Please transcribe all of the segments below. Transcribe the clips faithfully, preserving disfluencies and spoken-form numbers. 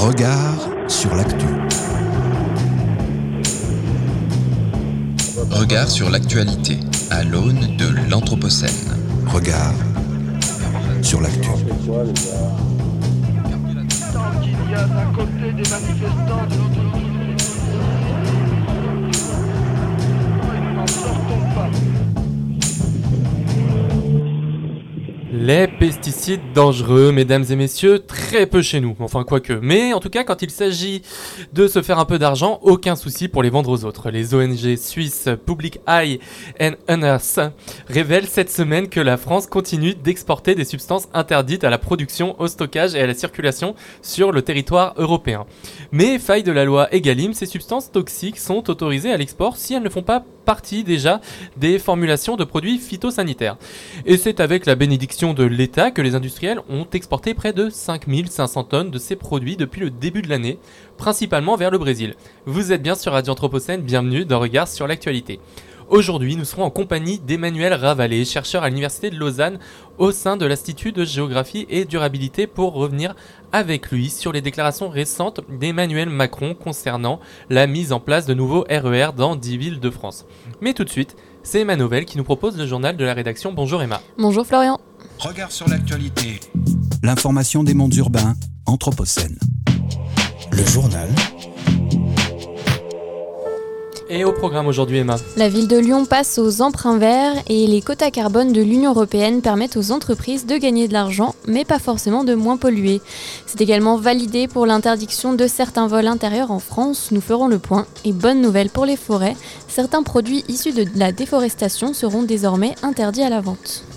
Regard sur l'actu. Regard sur l'actualité à l'aune de l'Anthropocène. Regard sur l'actu. Tant qu'il y a d'un côté des manifestants de l'autre côté, nous n'en sortons pas. Les pesticides dangereux, mesdames et messieurs, très peu chez nous, enfin quoique. Mais en tout cas, quand il s'agit de se faire un peu d'argent, aucun souci pour les vendre aux autres. Les O N G suisses Public Eye and Others révèlent cette semaine que la France continue d'exporter des substances interdites à la production, au stockage et à la circulation sur le territoire européen. Mais faille de la loi Egalim, ces substances toxiques sont autorisées à l'export si elles ne font pas partie déjà des formulations de produits phytosanitaires. Et c'est avec la bénédiction de l'État que les industriels ont exporté près de cinq mille cinq cents tonnes de ces produits depuis le début de l'année, principalement vers le Brésil. Vous êtes bien sur Radio Anthropocène, bienvenue dans Regard sur l'actualité. Aujourd'hui, nous serons en compagnie d'Emmanuel Ravalet, chercheur à l'Université de Lausanne au sein de l'Institut de géographie et durabilité, pour revenir avec lui sur les déclarations récentes d'Emmanuel Macron concernant la mise en place de nouveaux R E R dans dix villes de France. Mais tout de suite, c'est Emma Novelle qui nous propose le journal de la rédaction. Bonjour Emma. Bonjour Florian. Regard sur l'actualité. L'information des mondes urbains, Anthropocène. Le journal. Et au programme aujourd'hui, Emma. La ville de Lyon passe aux emprunts verts et les quotas carbone de l'Union européenne permettent aux entreprises de gagner de l'argent, mais pas forcément de moins polluer. C'est également validé pour l'interdiction de certains vols intérieurs en France. Nous ferons le point. Et bonne nouvelle pour les forêts, certains produits issus de la déforestation seront désormais interdits à la vente.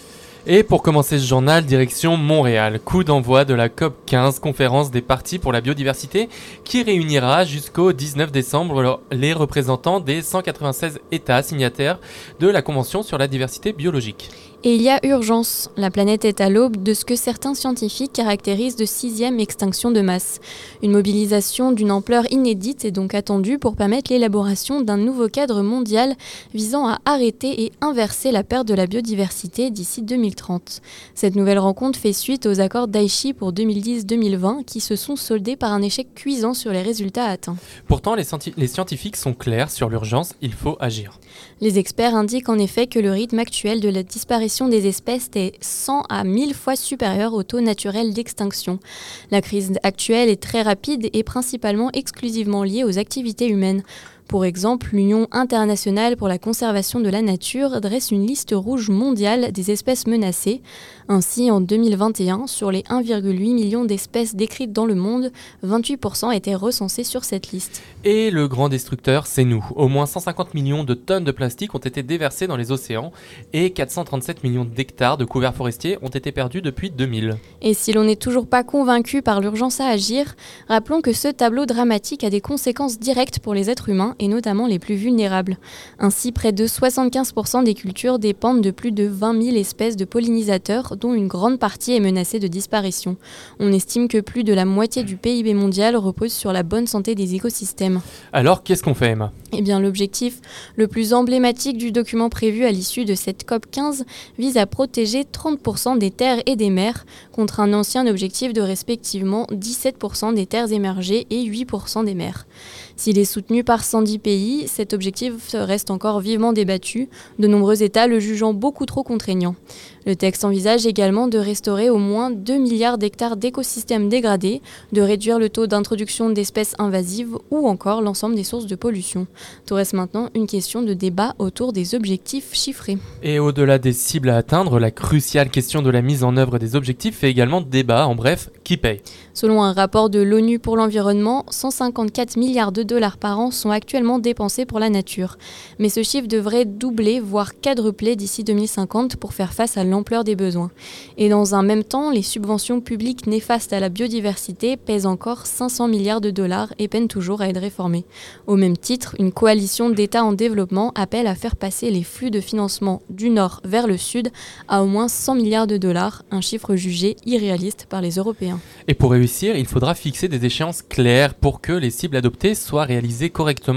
Et pour commencer ce journal, direction Montréal. Coup d'envoi de la C O P quinze, conférence des parties pour la biodiversité, qui réunira jusqu'au dix-neuf décembre les représentants des cent quatre-vingt-seize États signataires de la Convention sur la diversité biologique. Et il y a urgence. La planète est à l'aube de ce que certains scientifiques caractérisent de sixième extinction de masse. Une mobilisation d'une ampleur inédite est donc attendue pour permettre l'élaboration d'un nouveau cadre mondial visant à arrêter et inverser la perte de la biodiversité d'ici deux mille trente. Cette nouvelle rencontre fait suite aux accords d'Aichi pour deux mille dix deux mille vingt qui se sont soldés par un échec cuisant sur les résultats atteints. Pourtant, les, scienti- les scientifiques sont clairs sur l'urgence, il faut agir. Les experts indiquent en effet que le rythme actuel de la disparition des espèces est cent à mille fois supérieur au taux naturel d'extinction. La crise actuelle est très rapide et principalement exclusivement liée aux activités humaines. Pour exemple, l'Union internationale pour la conservation de la nature dresse une liste rouge mondiale des espèces menacées. Ainsi, en deux mille vingt et un, sur les un virgule huit million d'espèces décrites dans le monde, vingt-huit pour cent étaient recensés sur cette liste. Et le grand destructeur, c'est nous. Au moins cent cinquante millions de tonnes de plastique ont été déversées dans les océans et quatre cent trente-sept millions d'hectares de couverts forestiers ont été perdus depuis deux mille. Et si l'on n'est toujours pas convaincu par l'urgence à agir, rappelons que ce tableau dramatique a des conséquences directes pour les êtres humains et notamment les plus vulnérables. Ainsi, près de soixante-quinze pour cent des cultures dépendent de plus de vingt mille espèces de pollinisateurs, dont une grande partie est menacée de disparition. On estime que plus de la moitié du P I B mondial repose sur la bonne santé des écosystèmes. Alors, qu'est-ce qu'on fait, Emma ? Eh bien, l'objectif le plus emblématique du document prévu à l'issue de cette C O P quinze vise à protéger trente pour cent des terres et des mers, contre un ancien objectif de respectivement dix-sept pour cent des terres émergées et huit pour cent des mers. S'il est soutenu par cent dix pays, cet objectif reste encore vivement débattu, de nombreux États le jugeant beaucoup trop contraignant. Le texte envisage également de restaurer au moins deux milliards d'hectares d'écosystèmes dégradés, de réduire le taux d'introduction d'espèces invasives ou encore l'ensemble des sources de pollution. Tout reste maintenant une question de débat autour des objectifs chiffrés. Et au-delà des cibles à atteindre, la cruciale question de la mise en œuvre des objectifs fait également débat. En bref, qui paye ? Selon un rapport de l'ONU pour l'environnement, cent cinquante-quatre milliards de dollars par an sont actuellement dépensés pour la nature. Mais ce chiffre devrait doubler, voire quadrupler d'ici deux mille cinquante pour faire face à l'ampleur des besoins. Et dans un même temps, les subventions publiques néfastes à la biodiversité pèsent encore cinq cents milliards de dollars et peinent toujours à être réformées. Au même titre, une coalition d'États en développement appelle à faire passer les flux de financement du nord vers le sud à au moins cent milliards de dollars, un chiffre jugé irréaliste par les Européens. Et pour réussir, il faudra fixer des échéances claires pour que les cibles adoptées soient réalisées correctement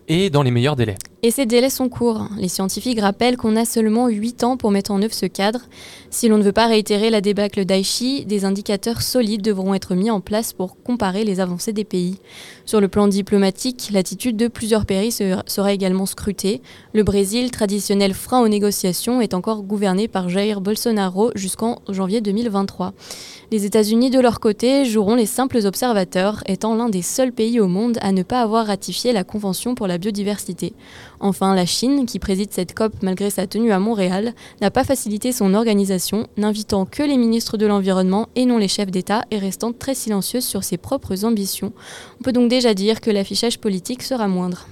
et dans les meilleurs délais. Et ces délais sont courts. Les scientifiques rappellent qu'on a seulement huit ans pour mettre en œuvre ce cadre. Si l'on ne veut pas réitérer la débâcle d'Aichi, des indicateurs solides devront être mis en place pour comparer les avancées des pays. Sur le plan diplomatique, l'attitude de plusieurs pays sera également scrutée. Le Brésil, traditionnel frein aux négociations, est encore gouverné par Jair Bolsonaro jusqu'en janvier deux mille vingt-trois. Les États-Unis, de leur côté, joueront les simples observateurs, étant l'un des seuls pays au monde à ne pas avoir ratifié la Convention pour la biodiversité. Enfin, la Chine, qui préside cette COP malgré sa tenue à Montréal, n'a pas facilité son organisation, n'invitant que les ministres de l'Environnement et non les chefs d'État et restant très silencieuse sur ses propres ambitions. On peut donc déjà dire que l'affichage politique sera moindre.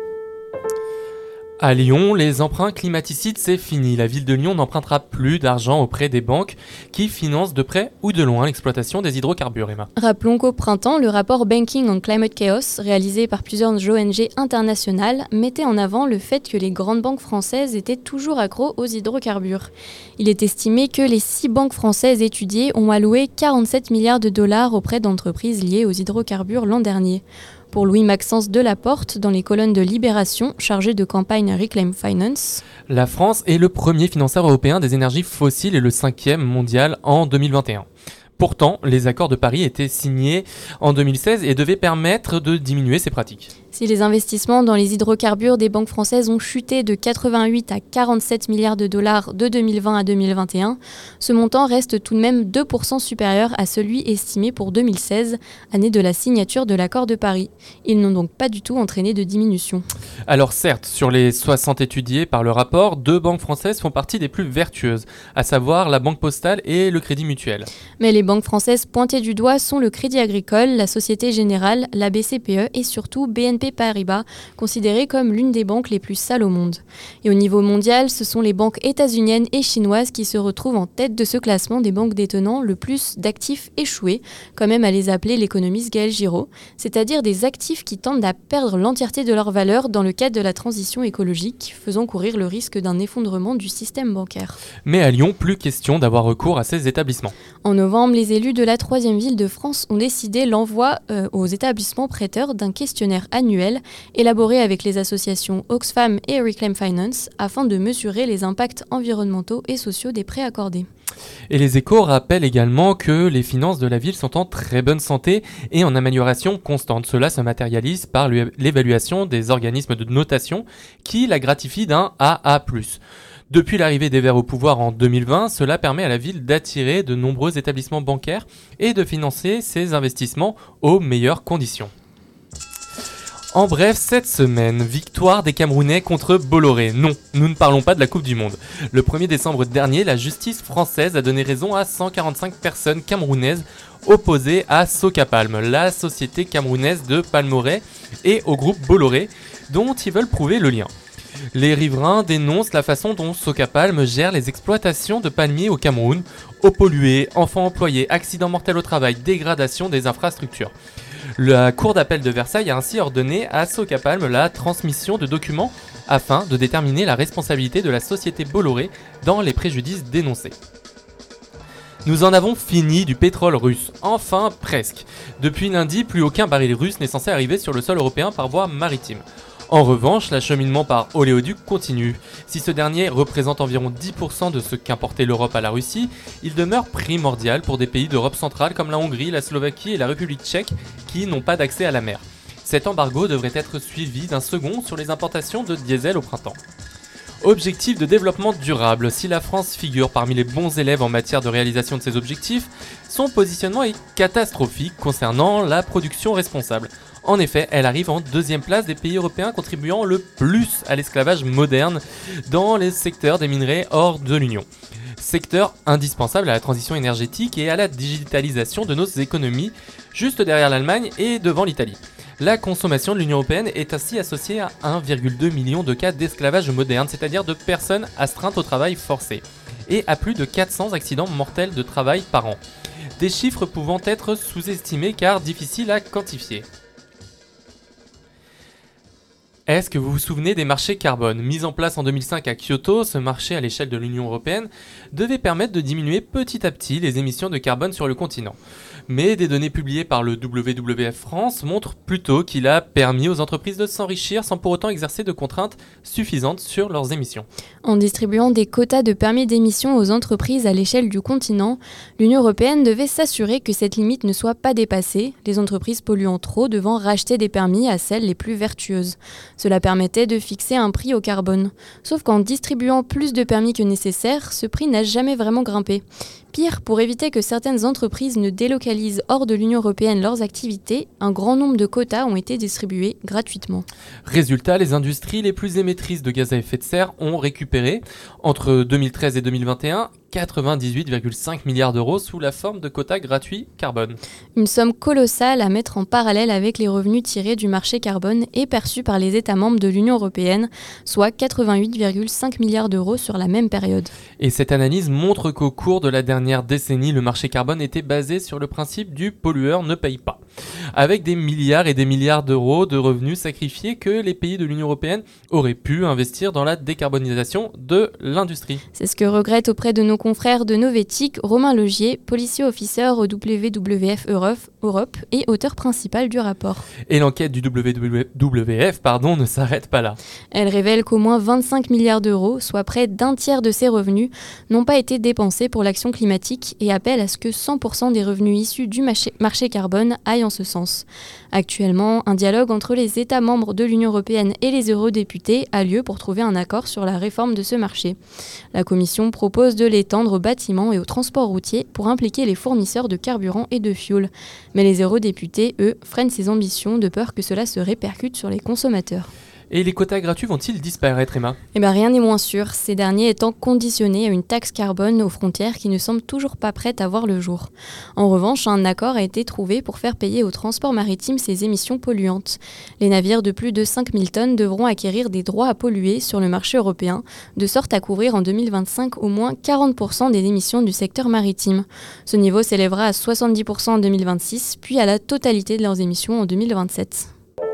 À Lyon, les emprunts climaticides, c'est fini. La ville de Lyon n'empruntera plus d'argent auprès des banques qui financent de près ou de loin l'exploitation des hydrocarbures, Emma. Rappelons qu'au printemps, le rapport Banking on Climate Chaos, réalisé par plusieurs O N G internationales, mettait en avant le fait que les grandes banques françaises étaient toujours accros aux hydrocarbures. Il est estimé que les six banques françaises étudiées ont alloué quarante-sept milliards de dollars auprès d'entreprises liées aux hydrocarbures l'an dernier. Pour Louis-Maxence Delaporte, dans les colonnes de Libération, chargé de campagne Reclaim Finance, la France est le premier financeur européen des énergies fossiles et le cinquième mondial en deux mille vingt et un. Pourtant, les accords de Paris étaient signés en deux mille seize et devaient permettre de diminuer ces pratiques. Si les investissements dans les hydrocarbures des banques françaises ont chuté de quatre-vingt-huit à quarante-sept milliards de dollars de deux mille vingt à deux mille vingt et un, ce montant reste tout de même deux pour cent supérieur à celui estimé pour deux mille seize, année de la signature de l'accord de Paris. Ils n'ont donc pas du tout entraîné de diminution. Alors certes, sur les soixante étudiés par le rapport, deux banques françaises font partie des plus vertueuses, à savoir la Banque Postale et le Crédit Mutuel. Mais les banques françaises pointées du doigt sont le Crédit Agricole, la Société Générale, la B C P E et surtout B N P Paribas, considérée comme l'une des banques les plus sales au monde. Et au niveau mondial, ce sont les banques états-uniennes et chinoises qui se retrouvent en tête de ce classement des banques détenant le plus d'actifs échoués, quand même à les appeler l'économiste Gaël Giraud, c'est-à-dire des actifs qui tendent à perdre l'entièreté de leur valeur dans le cadre de la transition écologique, faisant courir le risque d'un effondrement du système bancaire. Mais à Lyon, plus question d'avoir recours à ces établissements. En novembre, les élus de la troisième ville de France ont décidé l'envoi euh, aux établissements prêteurs d'un questionnaire annuel élaboré avec les associations Oxfam et Reclaim Finance afin de mesurer les impacts environnementaux et sociaux des prêts accordés. Et les Échos rappellent également que les finances de la ville sont en très bonne santé et en amélioration constante. Cela se matérialise par l'évaluation des organismes de notation qui la gratifient d'un A A plus. Depuis l'arrivée des Verts au pouvoir en deux mille vingt, cela permet à la ville d'attirer de nombreux établissements bancaires et de financer ses investissements aux meilleures conditions. En bref, cette semaine, victoire des Camerounais contre Bolloré. Non, nous ne parlons pas de la Coupe du Monde. Le premier décembre dernier, la justice française a donné raison à cent quarante-cinq personnes camerounaises opposées à Socapalm, la société camerounaise de Palmeraie, et au groupe Bolloré, dont ils veulent prouver le lien. Les riverains dénoncent la façon dont Socapalm gère les exploitations de palmiers au Cameroun, eau polluée, enfants employés, accidents mortels au travail, dégradation des infrastructures. La Cour d'appel de Versailles a ainsi ordonné à Socapalm la transmission de documents afin de déterminer la responsabilité de la société Bolloré dans les préjudices dénoncés. Nous en avons fini du pétrole russe, enfin presque. Depuis lundi, plus aucun baril russe n'est censé arriver sur le sol européen par voie maritime. En revanche, l'acheminement par oléoduc continue. Si ce dernier représente environ dix pour cent de ce qu'importait l'Europe à la Russie, il demeure primordial pour des pays d'Europe centrale comme la Hongrie, la Slovaquie et la République tchèque qui n'ont pas d'accès à la mer. Cet embargo devrait être suivi d'un second sur les importations de diesel au printemps. Objectif de développement durable. Si la France figure parmi les bons élèves en matière de réalisation de ses objectifs, son positionnement est catastrophique concernant la production responsable. En effet, elle arrive en deuxième place des pays européens contribuant le plus à l'esclavage moderne dans les secteurs des minerais hors de l'Union. Secteur indispensable à la transition énergétique et à la digitalisation de nos économies, juste derrière l'Allemagne et devant l'Italie. La consommation de l'Union européenne est ainsi associée à un virgule deux million de cas d'esclavage moderne, c'est-à-dire de personnes astreintes au travail forcé, et à plus de quatre cents accidents mortels de travail par an. Des chiffres pouvant être sous-estimés car difficiles à quantifier. Est-ce que vous vous souvenez des marchés carbone ? Mis en place en deux mille cinq à Kyoto, ce marché à l'échelle de l'Union européenne devait permettre de diminuer petit à petit les émissions de carbone sur le continent. Mais des données publiées par le W W F France montrent plutôt qu'il a permis aux entreprises de s'enrichir sans pour autant exercer de contraintes suffisantes sur leurs émissions. En distribuant des quotas de permis d'émission aux entreprises à l'échelle du continent, l'Union européenne devait s'assurer que cette limite ne soit pas dépassée, les entreprises polluant trop devant racheter des permis à celles les plus vertueuses. Cela permettait de fixer un prix au carbone. Sauf qu'en distribuant plus de permis que nécessaire, ce prix n'a jamais vraiment grimpé. Pire, pour éviter que certaines entreprises ne délocalisent hors de l'Union européenne leurs activités, un grand nombre de quotas ont été distribués gratuitement. Résultat, les industries les plus émettrices de gaz à effet de serre ont récupéré, entre deux mille treize et deux mille vingt et un, quatre-vingt-dix-huit virgule cinq milliards d'euros sous la forme de quotas gratuits carbone. Une somme colossale à mettre en parallèle avec les revenus tirés du marché carbone et perçus par les États membres de l'Union européenne, soit quatre-vingt-huit virgule cinq milliards d'euros sur la même période. Et cette analyse montre qu'au cours de la dernière décennie, le marché carbone était basé sur le principe du pollueur ne paye pas, avec des milliards et des milliards d'euros de revenus sacrifiés que les pays de l'Union européenne auraient pu investir dans la décarbonisation de l'industrie. C'est ce que regrette auprès de nos confrères de Novetic, Romain Logier, policier officer au W W F Europe et auteur principal du rapport. Et l'enquête du W W F pardon, ne s'arrête pas là. Elle révèle qu'au moins vingt-cinq milliards d'euros, soit près d'un tiers de ces revenus, n'ont pas été dépensés pour l'action climatique et appelle à ce que cent pour cent des revenus issus du marché, marché carbone aillent en ce sens. Actuellement, un dialogue entre les États membres de l'Union européenne et les eurodéputés a lieu pour trouver un accord sur la réforme de ce marché. La Commission propose de l'étendre aux bâtiments et au transport routier pour impliquer les fournisseurs de carburant et de fioul. Mais les eurodéputés, eux, freinent ces ambitions de peur que cela se répercute sur les consommateurs. Et les quotas gratuits vont-ils disparaître, Emma ? Eh bien, rien n'est moins sûr, ces derniers étant conditionnés à une taxe carbone aux frontières qui ne semble toujours pas prête à voir le jour. En revanche, un accord a été trouvé pour faire payer au transport maritime ses émissions polluantes. Les navires de plus de cinq mille tonnes devront acquérir des droits à polluer sur le marché européen, de sorte à couvrir en deux mille vingt-cinq au moins quarante pour cent des émissions du secteur maritime. Ce niveau s'élèvera à soixante-dix pour cent en deux mille vingt-six, puis à la totalité de leurs émissions en deux mille vingt-sept.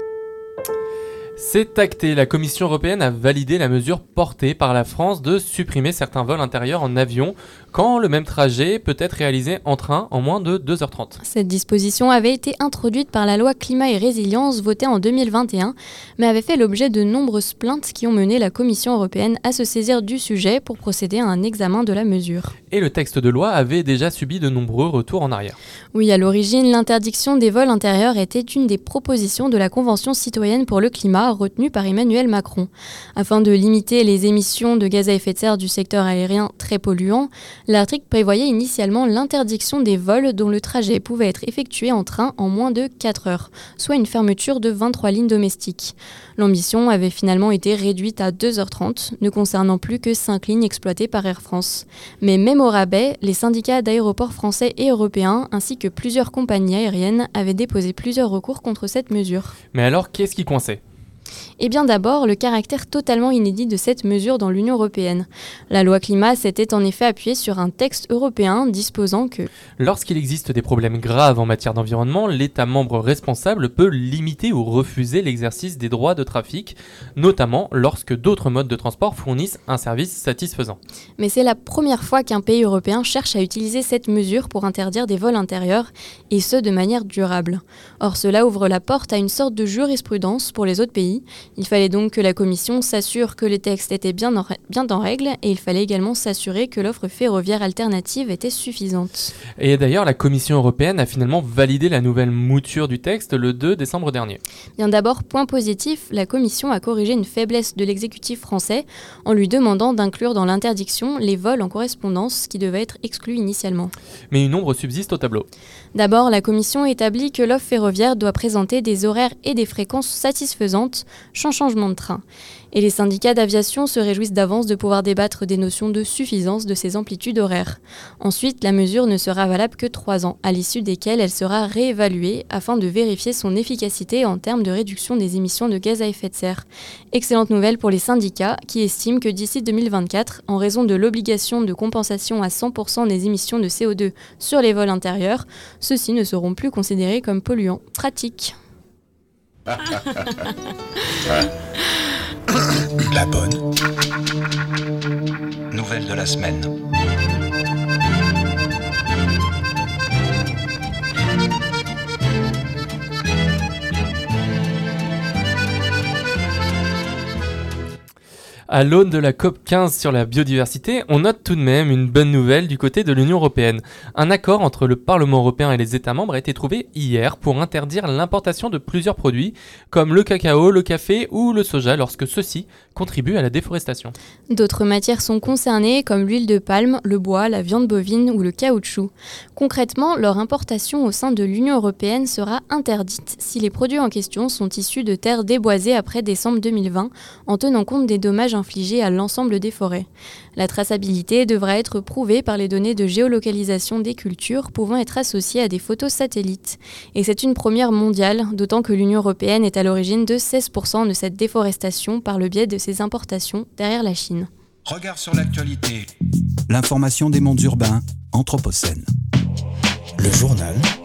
C'est acté, la Commission européenne a validé la mesure portée par la France de supprimer certains vols intérieurs en avion quand le même trajet peut être réalisé en train en moins de deux heures trente. Cette disposition avait été introduite par la loi Climat et Résilience votée en deux mille vingt et un, mais avait fait l'objet de nombreuses plaintes qui ont mené la Commission européenne à se saisir du sujet pour procéder à un examen de la mesure. Et le texte de loi avait déjà subi de nombreux retours en arrière. Oui, à l'origine, l'interdiction des vols intérieurs était une des propositions de la Convention citoyenne pour le climat retenue par Emmanuel Macron. Afin de limiter les émissions de gaz à effet de serre du secteur aérien très polluant, l'article prévoyait initialement l'interdiction des vols dont le trajet pouvait être effectué en train en moins de quatre heures, soit une fermeture de vingt-trois lignes domestiques. L'ambition avait finalement été réduite à deux heures trente, ne concernant plus que cinq lignes exploitées par Air France. Mais même au rabais, les syndicats d'aéroports français et européens, ainsi que plusieurs compagnies aériennes, avaient déposé plusieurs recours contre cette mesure. Mais alors, qu'est-ce qui coinçait ? Eh bien d'abord, le caractère totalement inédit de cette mesure dans l'Union européenne. La loi climat s'était en effet appuyée sur un texte européen disposant que lorsqu'il existe des problèmes graves en matière d'environnement, l'État membre responsable peut limiter ou refuser l'exercice des droits de trafic, notamment lorsque d'autres modes de transport fournissent un service satisfaisant. Mais c'est la première fois qu'un pays européen cherche à utiliser cette mesure pour interdire des vols intérieurs, et ce de manière durable. Or cela ouvre la porte à une sorte de jurisprudence pour les autres pays. Il fallait donc que la Commission s'assure que les textes étaient bien en, bien en règle et il fallait également s'assurer que l'offre ferroviaire alternative était suffisante. Et d'ailleurs, la Commission européenne a finalement validé la nouvelle mouture du texte le deux décembre dernier. Bien d'abord, point positif, la Commission a corrigé une faiblesse de l'exécutif français en lui demandant d'inclure dans l'interdiction les vols en correspondance qui devaient être exclus initialement. Mais une ombre subsiste au tableau. D'abord, la Commission établit que l'offre ferroviaire doit présenter des horaires et des fréquences satisfaisantes sans changement de train. Et les syndicats d'aviation se réjouissent d'avance de pouvoir débattre des notions de suffisance de ces amplitudes horaires. Ensuite, la mesure ne sera valable que trois ans, à l'issue desquels elle sera réévaluée afin de vérifier son efficacité en termes de réduction des émissions de gaz à effet de serre. Excellente nouvelle pour les syndicats qui estiment que d'ici deux mille vingt-quatre, en raison de l'obligation de compensation à cent pour cent des émissions de C O deux sur les vols intérieurs, ceux-ci ne seront plus considérés comme polluants. Pratique. La bonne nouvelle de la semaine. À l'aune de la COP quinze sur la biodiversité, on note tout de même une bonne nouvelle du côté de l'Union européenne. Un accord entre le Parlement européen et les États membres a été trouvé hier pour interdire l'importation de plusieurs produits comme le cacao, le café ou le soja lorsque ceux-ci contribuent à la déforestation. D'autres matières sont concernées comme l'huile de palme, le bois, la viande bovine ou le caoutchouc. Concrètement, leur importation au sein de l'Union européenne sera interdite si les produits en question sont issus de terres déboisées après décembre deux mille vingt en tenant compte des dommages infligés à l'ensemble des forêts. La traçabilité devra être prouvée par les données de géolocalisation des cultures pouvant être associées à des photos satellites. Et c'est une première mondiale, d'autant que l'Union européenne est à l'origine de seize pour cent de cette déforestation par le biais de ses importations derrière la Chine. Regard sur l'actualité. L'information des mondes urbains, Anthropocène. Le journal